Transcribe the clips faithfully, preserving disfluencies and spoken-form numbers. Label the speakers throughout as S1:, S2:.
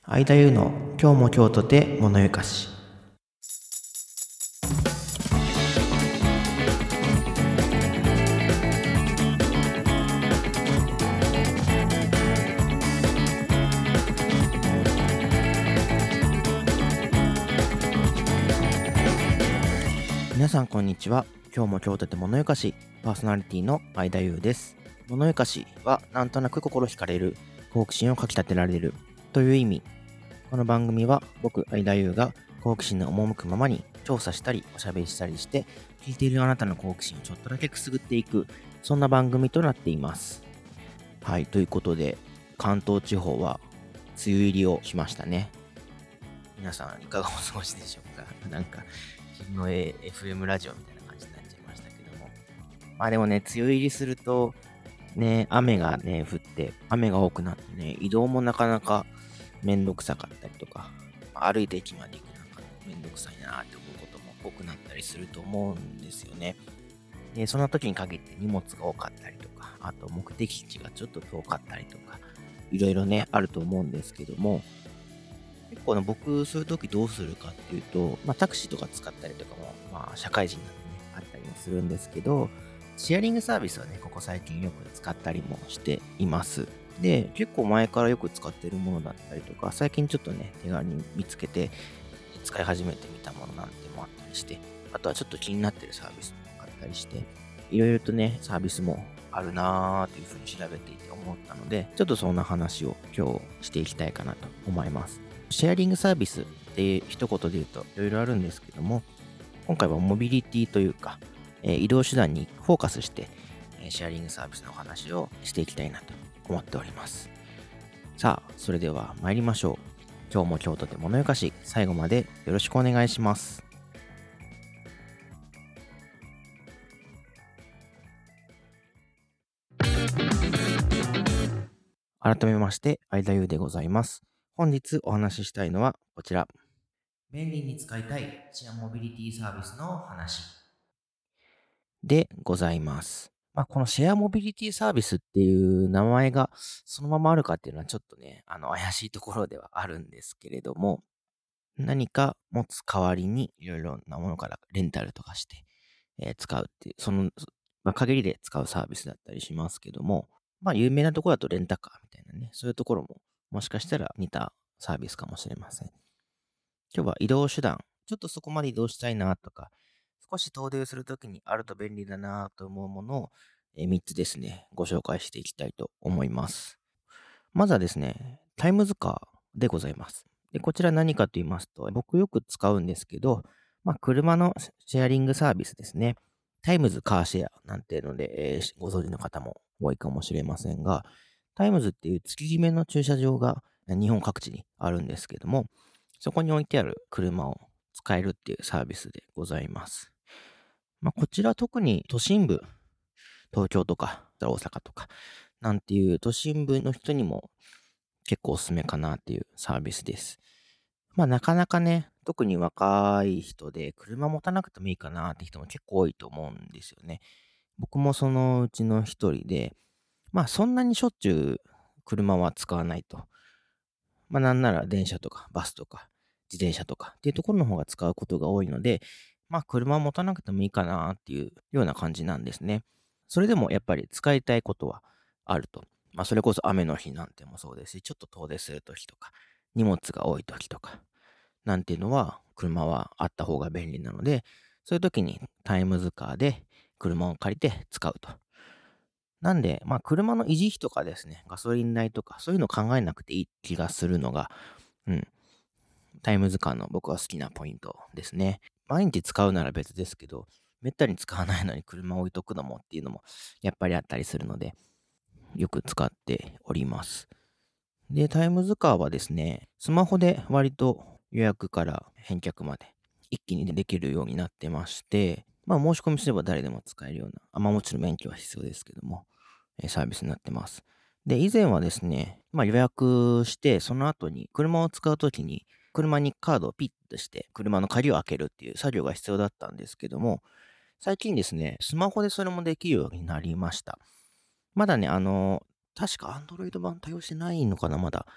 S1: 相田優の今日も今日とて物ゆかし。皆さんこんにちは。今日も今日とて物ゆかしパーソナリティの相田優です。物ゆかしはなんとなく心惹かれる、好奇心をかきたてられるという意味。この番組は僕相田優が好奇心の赴くままに調査したりおしゃべりしたりして、聞いているあなたの好奇心をちょっとだけくすぐっていく、そんな番組となっています。はい、ということで関東地方は梅雨入りをしましたね。皆さんいかがお過ごしでしょうか。なんか昼の エフエム ラジオみたいな感じになっちゃいましたけども、まあでもね、梅雨入りするとね、雨がね降って雨が多くなってね、移動もなかなかめんどくさかったりとか、歩いて駅まで行くなんかめんどくさいなって思うことも多くなったりすると思うんですよね。で、その時に限って荷物が多かったりとか、あと目的地がちょっと遠かったりとか、いろいろねあると思うんですけども、結構ね僕そういう時どうするかっていうと、まあタクシーとか使ったりとかも、まあ社会人なんでねあったりもするんですけど、シェアリングサービスはねここ最近よく使ったりもしています。で、結構前からよく使ってるものだったりとか、最近ちょっとね、手軽に見つけて使い始めてみたものなんてもあったりして、あとはちょっと気になってるサービスもあったりして、いろいろとね、サービスもあるなーというふうに調べていて思ったので、ちょっとそんな話を今日していきたいかなと思います。シェアリングサービスって一言で言うといろいろあるんですけども、今回はモビリティというか、えー移動手段にフォーカスして、えーシェアリングサービスのお話をしていきたいなと思っております。さあ、それでは参りましょう。今日も京都で物ゆかし、最後までよろしくお願いします。改めまして、相田優でございます。本日お話ししたいのはこちら。便利に使いたいシェアモビリティサービスの話でございます。まあ、このシェアモビリティサービスっていう名前がそのままあるかっていうのはちょっとね、あの怪しいところではあるんですけれども、何か持つ代わりにいろいろなものからレンタルとかして、えー使うっていう、その、まあ、限りで使うサービスだったりしますけども、まあ有名なところだとレンタカーみたいなね、そういうところももしかしたら似たサービスかもしれません。今日は移動手段、ちょっとそこまで移動したいなとか、少し遠出するときにあると便利だなと思うものを、えーみっつですね、ご紹介していきたいと思います。まずはですね、タイムズカーでございます。で、こちら何かと言いますと、僕よく使うんですけど、まあ、車のシェアリングサービスですね。タイムズカーシェアなんていうので、えーご存知の方も多いかもしれませんが、タイムズっていう月決めの駐車場が日本各地にあるんですけども、そこに置いてある車を使えるっていうサービスでございます。まあ、こちら特に都心部、東京とか大阪とかなんていう都心部の人にも結構おすすめかなっていうサービスです。まあなかなかね、特に若い人で車持たなくてもいいかなって人も結構多いと思うんですよね。僕もそのうちの一人で、まあそんなにしょっちゅう車は使わないと。まあなんなら電車とかバスとか自転車とかっていうところの方が使うことが多いので、まあ車を持たなくてもいいかなっていうような感じなんですね。それでもやっぱり使いたいことはあると。まあそれこそ雨の日なんてもそうですし、ちょっと遠出するときとか、荷物が多いときとか、なんていうのは車はあった方が便利なので、そういう時にタイムズカーで車を借りて使うと。なんで、まあ車の維持費とかですね、ガソリン代とか、そういうの考えなくていい気がするのが、うん、タイムズカーの僕は好きなポイントですね。毎日使うなら別ですけど、めったに使わないのに車を置いとくのもっていうのもやっぱりあったりするので、よく使っております。で、タイムズカーはですね、スマホで割と予約から返却まで一気にできるようになってまして、まあ申し込みすれば誰でも使えるような、あまあもちろん免許は必要ですけども、えーサービスになってます。で、以前はですね、まあ予約して、その後に車を使うときに、車にカードをピッとして、車の鍵を開けるっていう作業が必要だったんですけども、最近ですね、スマホでそれもできるようになりました。まだね、あの、確か Android 版対応してないのかな、まだ。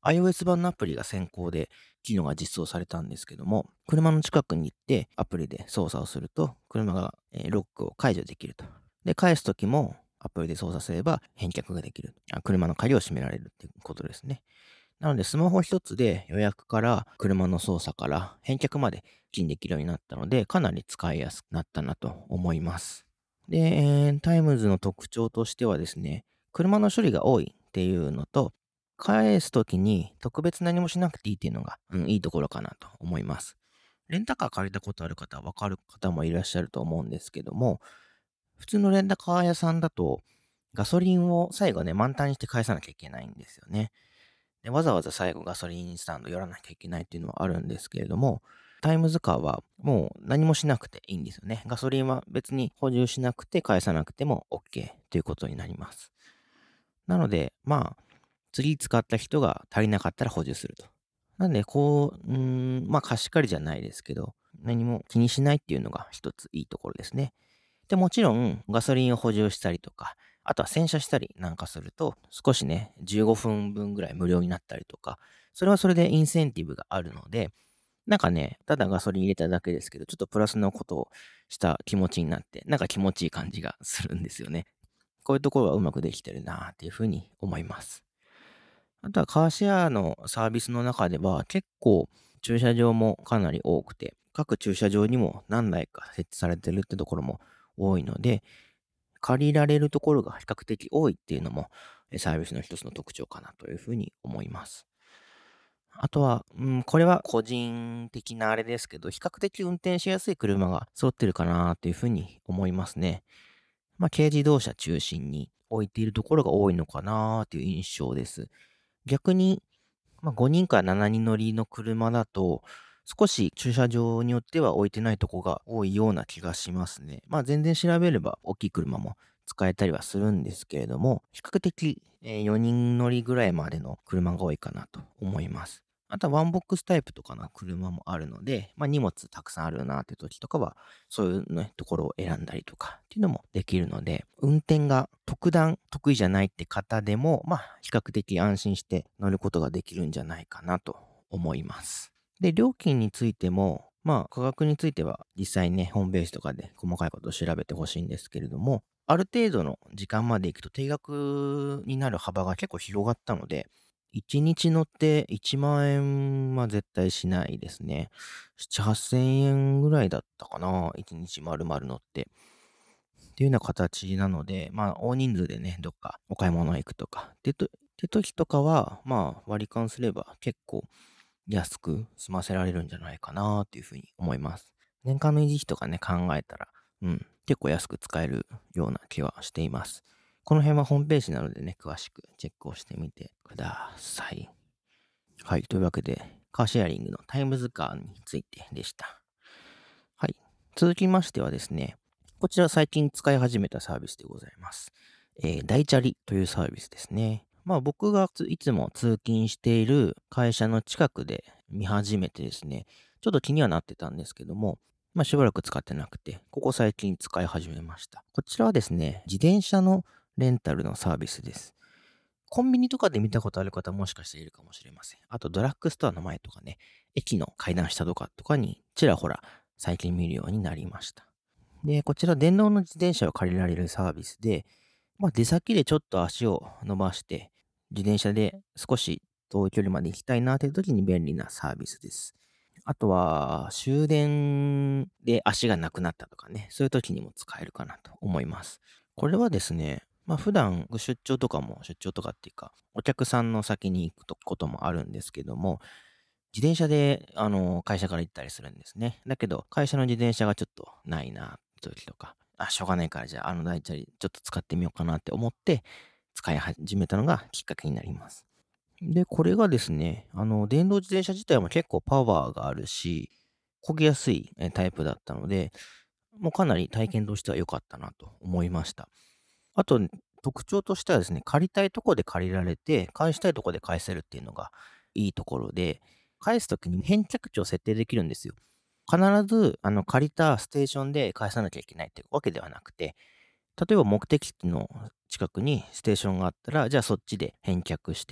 S1: iOS 版のアプリが先行で機能が実装されたんですけども、車の近くに行ってアプリで操作をすると、車がえーロックを解除できると。で、返すときもアプリで操作すれば返却ができる。あ車の鍵を閉められるっていうことですね。なので、スマホ一つで予約から車の操作から返却まで一気にできるようになったので、かなり使いやすくなったなと思います。で、えータイムズの特徴としてはですね、車の処理が多いっていうのと、返すときに特別何もしなくていいっていうのが、うん、いいところかなと思います。レンタカー借りたことある方はわかる方もいらっしゃると思うんですけども、普通のレンタカー屋さんだと、ガソリンを最後ね、満タンにして返さなきゃいけないんですよね。で、わざわざ最後ガソリンスタンド寄らなきゃいけないっていうのはあるんですけれども、タイムズカーはもう何もしなくていいんですよね。ガソリンは別に補充しなくて返さなくても OK ということになります。なので、まあ、次使った人が足りなかったら補充すると。なんで、こう、うーん、まあ貸し借りじゃないですけど、何も気にしないっていうのが一ついいところですね。で、もちろん、ガソリンを補充したりとか、あとは洗車したりなんかすると、少しね、じゅうごふんぶんぐらい無料になったりとか、それはそれでインセンティブがあるので、なんかね、ただガソリン入れただけですけど、ちょっとプラスのことをした気持ちになって、なんか気持ちいい感じがするんですよね。こういうところはうまくできてるなっていうふうに思います。あとはカーシェアのサービスの中では結構駐車場もかなり多くて、各駐車場にも何台か設置されてるってところも多いので、借りられるところが比較的多いっていうのもえサービスの一つの特徴かなというふうに思います。あとは、うん、これは個人的なあれですけど、比較的運転しやすい車が揃ってるかなというふうに思いますね。まあ、軽自動車中心に置いているところが多いのかなという印象です。逆に、まあ、ごにんからななにん乗りの車だと、少し駐車場によっては置いてないとこが多いような気がしますね。まあ全然調べれば大きい車も使えたりはするんですけれども、比較的、えーよにん乗りぐらいまでの車が多いかなと思います。あとはワンボックスタイプとかの車もあるので、まあ荷物たくさんあるなって時とかは、そういうね、ところを選んだりとかっていうのもできるので、運転が特段得意じゃないって方でも、まあ比較的安心して乗ることができるんじゃないかなと思います。で、料金についても、まあ価格については実際ね、ホームページとかで細かいことを調べてほしいんですけれども、ある程度の時間まで行くと定額になる幅が結構広がったので、いちにち乗っていちまん円は絶対しないですね。なな、はっせんえんぐらいだったかな。いちにち丸々乗って。っていうような形なので、まあ、大人数でね、どっかお買い物行くとか、ってと、って時とかは、まあ、割り勘すれば結構安く済ませられるんじゃないかなっていうふうに思います。年間の維持費とかね、考えたら、うん、結構安く使えるような気はしています。この辺はホームページなのでね、詳しくチェックをしてみてください。はい。というわけで、カーシェアリングのタイムズカーについてでした。はい。続きましてはですね、こちら最近使い始めたサービスでございます。えー、大チャリというサービスですね。まあ僕がついつも通勤している会社の近くで見始めてですね、ちょっと気にはなってたんですけども、まあしばらく使ってなくて、ここ最近使い始めました。こちらはですね、自転車のレンタルのサービスです。コンビニとかで見たことある方もしかしているかもしれません。あとドラッグストアの前とかね、駅の階段下とかとかにちらほら最近見るようになりました。で、こちら電動の自転車を借りられるサービスで、まあ出先でちょっと足を伸ばして、自転車で少し遠い距離まで行きたいなという時に便利なサービスです。あとは、終電で足がなくなったとかね、そういう時にも使えるかなと思います。これはですね、まあ普段出張とかも、出張とかっていうか、お客さんの先に行くこともあるんですけども、自転車で、あの、会社から行ったりするんですね。だけど、会社の自転車がちょっとないな、という時とか、あ、しょうがないから、じゃあ、あの大チャリ、ちょっと使ってみようかなって思って、使い始めたのがきっかけになります。で、これがですね、あの、電動自転車自体も結構パワーがあるし、漕ぎやすいえタイプだったので、もうかなり体験としては良かったなと思いました。あと、特徴としてはですね、借りたいとこで借りられて、返したいとこで返せるっていうのがいいところで、返すときに返却地を設定できるんですよ。必ず、あの、借りたステーションで返さなきゃいけないっていうわけではなくて、例えば目的地の近くにステーションがあったら、じゃあそっちで返却して、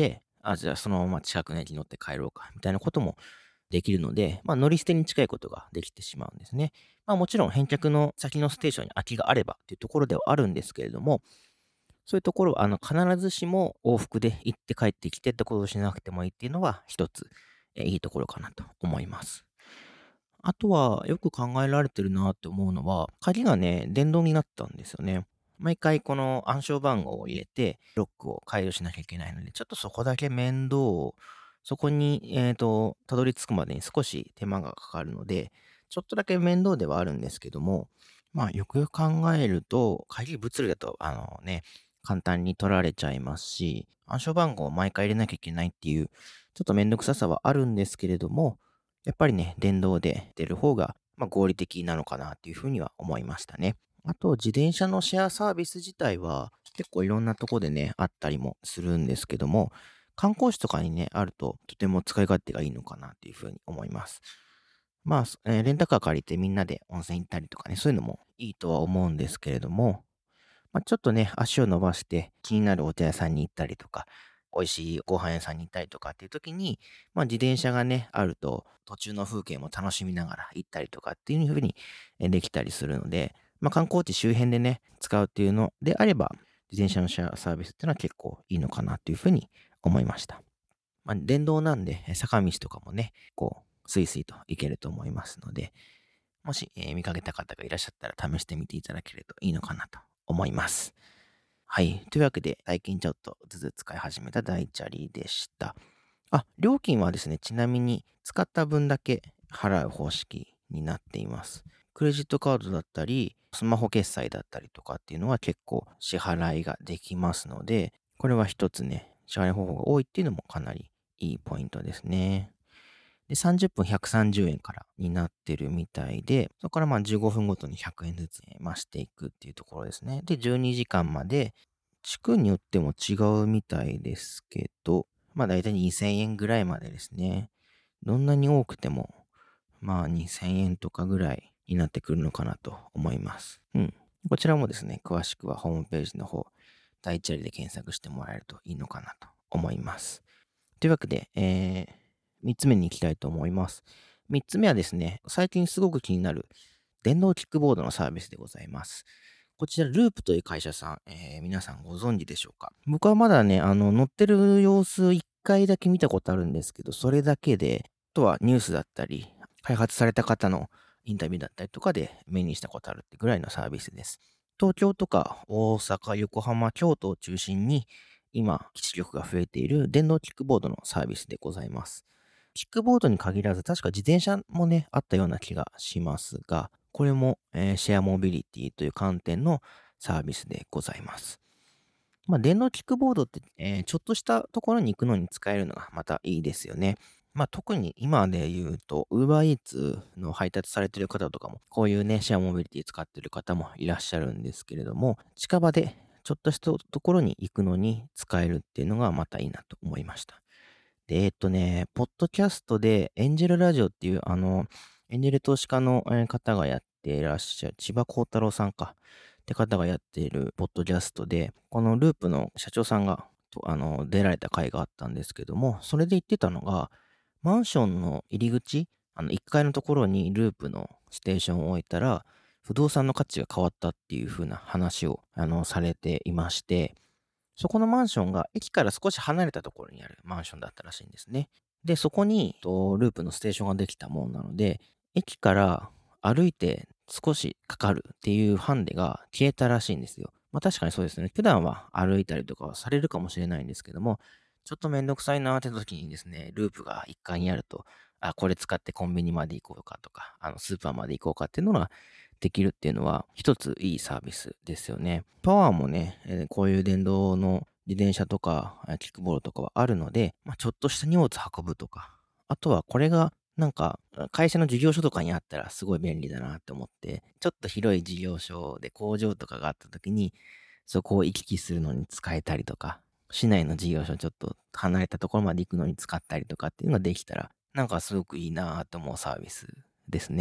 S1: あ、じゃあそのまま近くの駅に乗って帰ろうか、みたいなこともできるので、まあ、乗り捨てに近いことができてしまうんですね。まあ、もちろん返却の先のステーションに空きがあればっていうところではあるんですけれども、そういうところはあの必ずしも往復で行って帰ってきてってことをしなくてもいいっていうのは一つ、えいいところかなと思います。あとは、よく考えられてるなって思うのは、鍵がね、電動になったんですよね。毎回この暗証番号を入れて、ロックを解除しなきゃいけないので、ちょっとそこだけ面倒を、そこに、えっと、たどり着くまでに少し手間がかかるので、ちょっとだけ面倒ではあるんですけども、まあ、よくよく考えると、鍵物理だと、あのね、簡単に取られちゃいますし、暗証番号を毎回入れなきゃいけないっていう、ちょっとめんどくささはあるんですけれども、やっぱりね、電動で出る方が、まあ、合理的なのかなっていうふうには思いましたね。あと、自転車のシェアサービス自体は、結構いろんなとこでね、あったりもするんですけども、観光地とかにね、あると、とても使い勝手がいいのかなっていうふうに思います。まあ、そえーレンタカー借りてみんなで温泉行ったりとかね、そういうのもいいとは思うんですけれども、まあ、ちょっとね、足を伸ばして気になるお茶屋さんに行ったりとか、美味しいご飯屋さんに行ったりとかっていう時に、まあ、自転車がね、あると途中の風景も楽しみながら行ったりとかっていう風にえできたりするので、まあ、観光地周辺でね、使うっていうのであれば、自転車のシェアサービスっていうのは結構いいのかなっていう風に思いました。まあ、電動なんで、え坂道とかもね、こう、スイスイと行けると思いますので、もし、えー見かけた方がいらっしゃったら試してみていただけるといいのかなと思います。はい。というわけで、最近ちょっとずつ使い始めた大チャリでした。あ、料金はですね、ちなみに使った分だけ払う方式になっています。クレジットカードだったり、スマホ決済だったりとかっていうのは結構支払いができますので、これは一つね、支払い方法が多いっていうのもかなりいいポイントですね。で、さんじゅっぷんひゃくさんじゅうえんからになってるみたいで、そこからまあじゅうごふんごとにひゃくえんずつえー増していくっていうところですね。で、じゅうにじかんまで、地区によっても違うみたいですけど、まあ大体にせんえんぐらいまでですね。どんなに多くても、まあにせんえんとかぐらいになってくるのかなと思います。うん。こちらもですね、詳しくはホームページの方、大チャリで検索してもらえるといいのかなと思います。というわけで、えー、みっつめに行きたいと思います。みっつめはですね、最近すごく気になる電動キックボードのサービスでございます。こちら、ループという会社さん、えー皆さんご存知でしょうか？僕はまだね、あの、乗ってる様子いっかいだけ見たことあるんですけど、それだけで、あとはニュースだったり、開発された方のインタビューだったりとかで目にしたことあるってぐらいのサービスです。東京とか大阪、横浜、京都を中心に、今、基地局が増えている電動キックボードのサービスでございます。キックボードに限らず、確か自転車もね、あったような気がしますが、これも、えーシェアモビリティという観点のサービスでございます。まあ、電動キックボードって、えーちょっとしたところに行くのに使えるのがまたいいですよね。まあ、特に今で言うと、UberEats の配達されている方とかも、こういうね、シェアモビリティ使っている方もいらっしゃるんですけれども、近場でちょっとしたところに行くのに使えるっていうのがまたいいなと思いました。で、えっとね、ポッドキャストでエンジェルラジオっていう、あの、エンジェル投資家のえー方がやっていらっしゃる、千葉幸太郎さんか、って方がやっているポッドキャストで、このループの社長さんが、とあの、出られた回があったんですけども、それで言ってたのが、マンションの入り口、あの、いっかいのところにループのステーションを置いたら、不動産の価値が変わったっていう風な話を、あの、されていまして、そこのマンションが駅から少し離れたところにあるマンションだったらしいんですね。で、そこにとループのステーションができたもんなので、駅から歩いて少しかかるっていうハンデが消えたらしいんですよ。まあ確かにそうですね。普段は歩いたりとかはされるかもしれないんですけども、ちょっとめんどくさいなーって時にですね、ループがいっかいにあると、あ、これ使ってコンビニまで行こうかとか、あのスーパーまで行こうかっていうのができるっていうのは、一ついいサービスですよね。パワーもね、えーこういう電動の自転車とか、えーキックボードとかはあるので、まあ、ちょっとした荷物運ぶとか、あとはこれが、なんか、会社の事業所とかにあったらすごい便利だなって思って、ちょっと広い事業所で工場とかがあった時に、そこを行き来するのに使えたりとか、市内の事業所ちょっと離れたところまで行くのに使ったりとかっていうのができたら、なんかすごくいいなと思うサービスですね。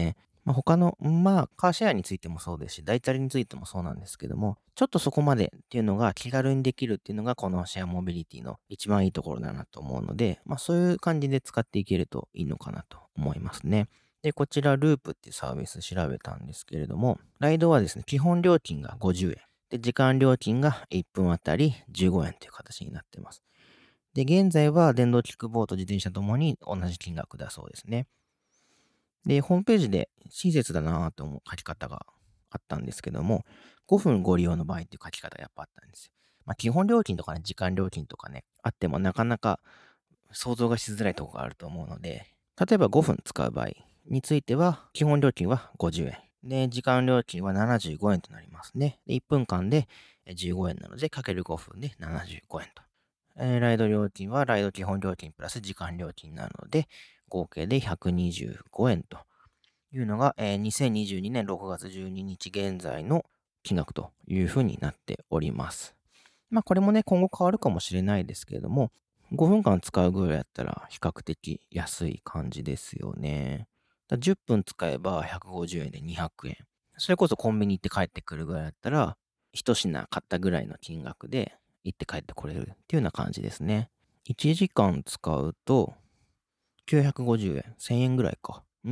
S1: まあ、他の、まあ、カーシェアについてもそうですし、大チャリについてもそうなんですけども、ちょっとそこまでっていうのが気軽にできるっていうのが、このシェアモビリティの一番いいところだなと思うので、まあ、そういう感じで使っていけるといいのかなと思いますね。で、こちら、ループっていうサービス調べたんですけれども、ライドはですね、基本料金がごじゅうえん。で、時間料金がいっぷんあたりじゅうごえんという形になっています。で、現在は電動キックボード、自転車ともに同じ金額だそうですね。で、ホームページで親切だなぁと思う書き方があったんですけども、ごふんご利用の場合っていう書き方がやっぱあったんですよ。まあ、基本料金とかね、時間料金とかね、あってもなかなか想像がしづらいところがあると思うので、例えばごふん使う場合については、基本料金はごじゅうえん。で、時間料金はななじゅうごえんとなりますね。で、いっぷんかんでじゅうごえんなので、かけるごふんでななじゅうごえんと。えーライド料金はライド基本料金プラス時間料金なので、合計でひゃくにじゅうごえんというのが、えーにせんにじゅうにねんろくがつじゅうににち現在の金額というふうになっております。まあこれもね、今後変わるかもしれないですけれども、ごふんかん使うぐらいやったら比較的安い感じですよね。だじゅっぷん使えばひゃくごじゅうえんでにひゃくえん。それこそコンビニ行って帰ってくるぐらいだったら、一品買ったぐらいの金額で行って帰ってこれるっていうような感じですね。いちじかん使うときゅうひゃくごじゅうえん、せんえんぐらいか。うん。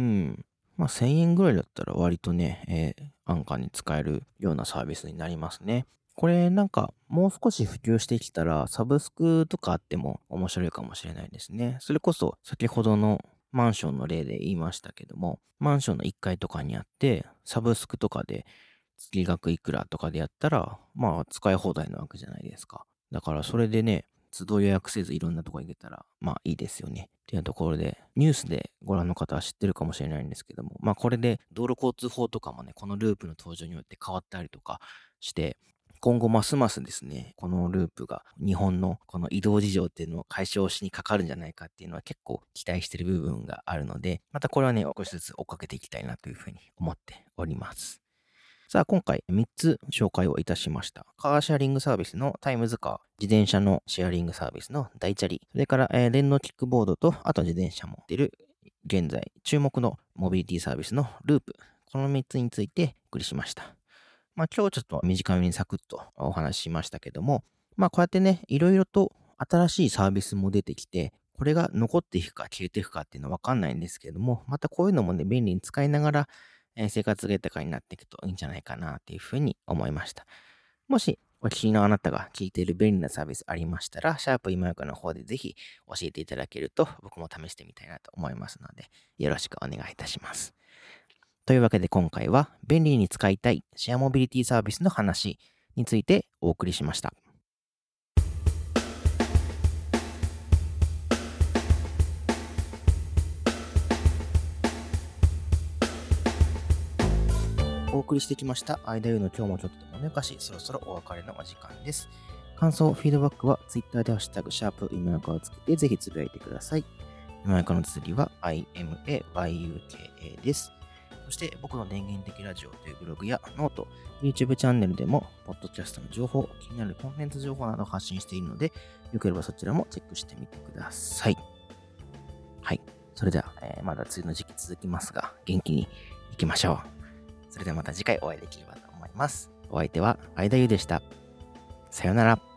S1: まあせんえんぐらいだったら割とね、えー安価に使えるようなサービスになりますね。これなんかもう少し普及してきたらサブスクとかあっても面白いかもしれないですね。それこそ先ほどのマンションの例で言いましたけども、マンションのいっかいとかにあって、サブスクとかで月額いくらとかでやったら、まあ使い放題なわけじゃないですか。だからそれでね、都度予約せずいろんなとこ行けたら、まあいいですよね。っていうところで、ニュースでご覧の方は知ってるかもしれないんですけども、まあこれで道路交通法とかもね、このループの登場によって変わったりとかして、今後ますますですね、このループが日本のこの移動事情っていうのを解消しにかかるんじゃないかっていうのは結構期待してる部分があるので、またこれはね、少しずつ追っかけていきたいなというふうに思っております。さあ、今回みっつ紹介をいたしました。カーシェアリングサービスのタイムズカー、自転車のシェアリングサービスの大チャリ、それから、えー電動キックボードと、あと自転車も出る、現在注目のモビリティサービスのループ。このみっつについてお送りしました。まあ今日ちょっと短めにサクッとお話ししましたけども、まあこうやってね、いろいろと新しいサービスも出てきて、これが残っていくか消えていくかっていうのはわかんないんですけども、またこういうのもね、便利に使いながら、えー生活が豊かになっていくといいんじゃないかなっていうふうに思いました。もし、お聞きのあなたが聞いている便利なサービスありましたら、シャープ今よかの方でぜひ教えていただけると僕も試してみたいなと思いますので、よろしくお願いいたします。というわけで今回は便利に使いたいシェアモビリティサービスの話についてお送りしました。お送りしてきました間ゆの今日もちょっとでもねかし、そろそろお別れのお時間です。感想、フィードバックは Twitter でハッシュタグシャープ今よかをつけてぜひつぶやいてください。今よかの綴りは アイエムエーワイユーケーエー です。そして僕の電源的ラジオというブログやノート、YouTube チャンネルでも、ポッドキャストの情報、気になるコンテンツ情報などを発信しているので、よければそちらもチェックしてみてください。はい。それでは、えーまだ梅雨の時期続きますが、元気に行きましょう。それではまた次回お会いできればと思います。お相手は相田優でした。さよなら。